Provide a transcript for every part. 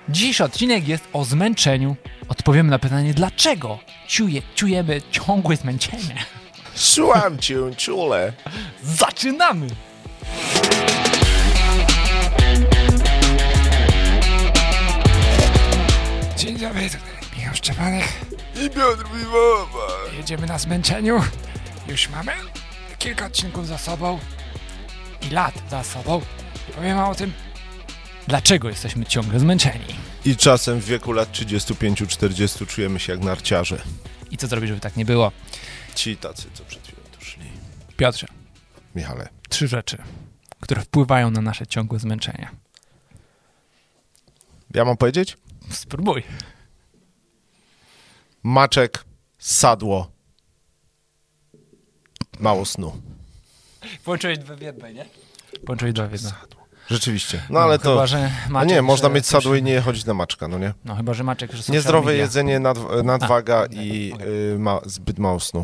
Dzisiejszy odcinek jest o zmęczeniu. Odpowiemy na pytanie, dlaczego czujemy ciągłe zmęczenie. Słucham cię, czule. Zaczynamy! Dzień dobry, tutaj Michał Szczepanek. I Piotr Piwowa. Jedziemy na zmęczeniu. Już mamy kilka odcinków za sobą i lat za sobą. I powiemy o tym, dlaczego jesteśmy ciągle zmęczeni. I czasem w wieku lat 35-40 czujemy się jak narciarze. I co zrobić, żeby tak nie było? Ci tacy, co przed chwilą tu szli. Piotrze, Michale. 3 rzeczy, które wpływają na nasze ciągłe zmęczenie. Ja mam powiedzieć? Spróbuj. Maczek, sadło, mało snu. Połączyłeś dwa w jednej, nie? Połączyłeś dwa w jednej. Rzeczywiście. No ale to... Chyba, że Maciek, nie, można że mieć sadło coś- i nie chodzić na maczka, no nie? No chyba, że Maciek, że social Niezdrowe media. jedzenie, nadwaga okej, i okej. zbyt mało snu.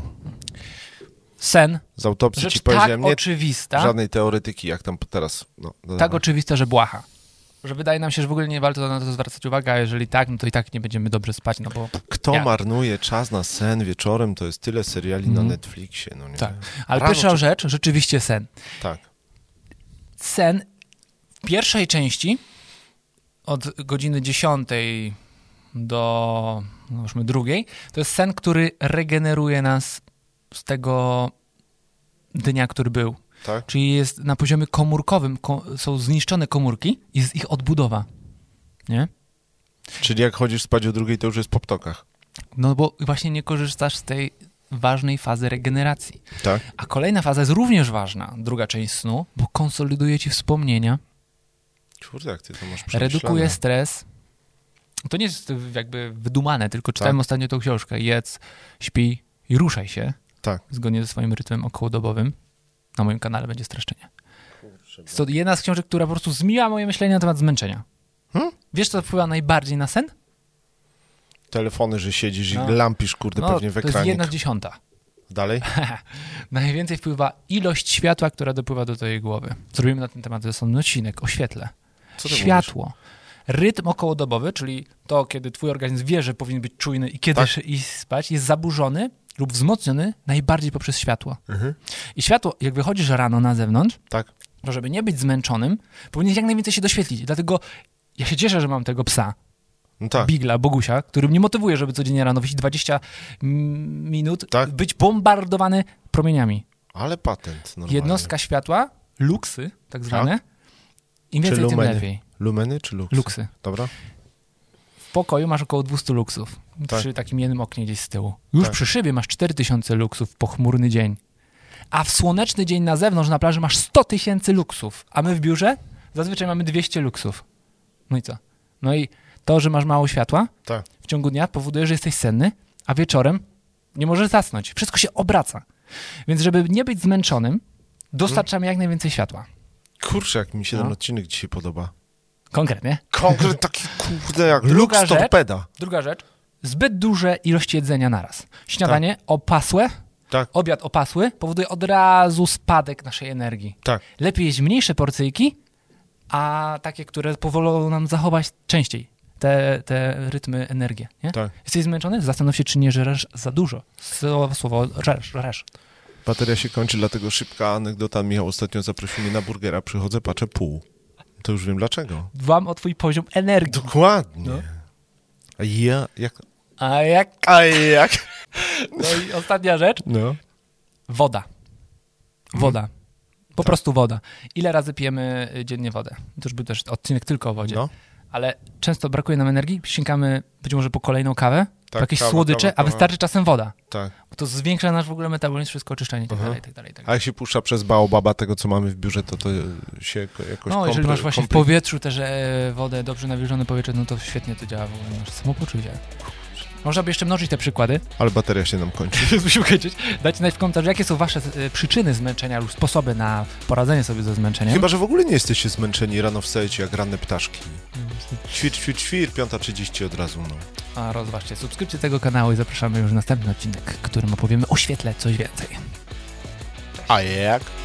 Sen. Z autopsji Rzecz ci tak powiedziałem, nie oczywista, żadnej teoretyki, jak tam teraz. No, tak oczywista, że błaha. Że wydaje nam się, że w ogóle nie warto na to zwracać uwagi, a jeżeli tak, no to i tak nie będziemy dobrze spać, no bo... Kto Ja. marnuje czas na sen wieczorem, to jest tyle seriali na Netflixie, no nie? Tak. Ale Rano pierwsza czy- rzecz, rzeczywiście sen. Tak. Sen w pierwszej części od godziny 10 do no już 2, to jest sen, który regeneruje nas z tego dnia, który był. Tak? Czyli jest na poziomie komórkowym, są zniszczone komórki i jest ich odbudowa. Nie? Czyli jak chodzisz spać o 2, to już jest po ptokach. No bo właśnie nie korzystasz z tej ważnej fazy regeneracji. Tak? A kolejna faza jest również ważna, druga część snu, bo konsoliduje ci wspomnienia, Kurde, jak ty to masz redukuje przemyślane. stres. To nie jest jakby wydumane, tylko czytałem Tak. ostatnio tą książkę. Jedz, śpi i ruszaj się, Tak. zgodnie ze swoim rytmem okołodobowym. Na moim kanale będzie streszczenie. Jest to jedna z książek, która po prostu zmieniła moje myślenie na temat zmęczenia. Wiesz, co wpływa najbardziej na sen? Telefony, że siedzisz No. i lampisz, kurde, pewnie w to jest ekranik. 1/10. Dalej? Najwięcej wpływa ilość światła, która dopływa do twojej głowy. Zrobimy na ten temat osobny odcinek o świetle. Co ty Światło. Rytm okołodobowy, czyli to, kiedy twój organizm wie, że powinien być czujny i kiedy Tak. iść spać, jest zaburzony lub wzmocniony najbardziej poprzez światło. Mhm. I światło, jak wychodzisz rano na zewnątrz, Tak. to żeby nie być zmęczonym, powinieneś jak najwięcej się doświetlić. Dlatego ja się cieszę, że mam tego psa, No tak. Bigla, Bogusia, który mnie motywuje, żeby codziennie rano wyjść 20 minut, Tak. być bombardowany promieniami. Ale patent normalnie. Jednostka światła, luksy tak zwane, im Czy więcej, tym lumeny? lepiej. Lumeny czy luksy? Luksy. Dobra. W pokoju masz około 200 luksów. Tak. Przy takim jednym oknie gdzieś z tyłu. Już Tak. przy szybie masz 4000 luksów w pochmurny dzień. A w słoneczny dzień na zewnątrz na plaży masz 100 000 luksów. A my w biurze zazwyczaj mamy 200 luksów. No i co? No i to, że masz mało światła Tak. w ciągu dnia powoduje, że jesteś senny, a wieczorem nie możesz zasnąć. Wszystko się obraca. Więc żeby nie być zmęczonym, dostarczamy jak najwięcej światła. Kurczę, jak mi się ten No. odcinek dzisiaj podoba. Konkretnie. Konkret taki, kurde, jak Druga luks rzecz. torpeda. Druga rzecz. Zbyt duże ilości jedzenia naraz. Śniadanie opasłe, Tak. obiad opasły powoduje od razu spadek naszej energii. Tak. Lepiej jeść mniejsze porcyjki, a takie, które pozwolą nam zachować częściej te rytmy, energię. Nie? Tak. Jesteś zmęczony? Zastanów się, czy nie żresz za dużo. Słowo żresz. Bateria się kończy, dlatego szybka anegdota. Michał ostatnio zaprosił mnie na burgera. Przychodzę, patrzę, pół. To już wiem dlaczego. Dbam o twój poziom energii. Dokładnie. No. A ja, jak... A jak? A jak? No i ostatnia rzecz. No. Woda. Woda. Po prostu woda. Ile razy pijemy dziennie wodę? To już był też odcinek tylko o wodzie. No. Ale często brakuje nam energii, sięgamy być może po kolejną kawę, po jakieś kawa, słodycze, kawa. a wystarczy czasem woda. Tak. Bo to zwiększa nasz w ogóle metabolizm, wszystko oczyszczenie itd. A jak się puszcza przez baobaba tego, co mamy w biurze, to się jakoś No, jeżeli masz właśnie w powietrzu też wodę, dobrze nawilżone powietrze, no to świetnie to działa w ogóle, nasze samopoczucie. Można by jeszcze mnożyć te przykłady. Ale bateria się nam kończy. Musimy kończyć. Dajcie znać w komentarzu, jakie są wasze przyczyny zmęczenia lub sposoby na poradzenie sobie ze zmęczeniem. Chyba że w ogóle nie jesteście zmęczeni, rano wstajecie jak ranne ptaszki. Świr, 5:30 od razu, no. A rozważcie subskrypcję tego kanału i zapraszamy już na następny odcinek, w którym opowiemy o świetle coś więcej. A jak?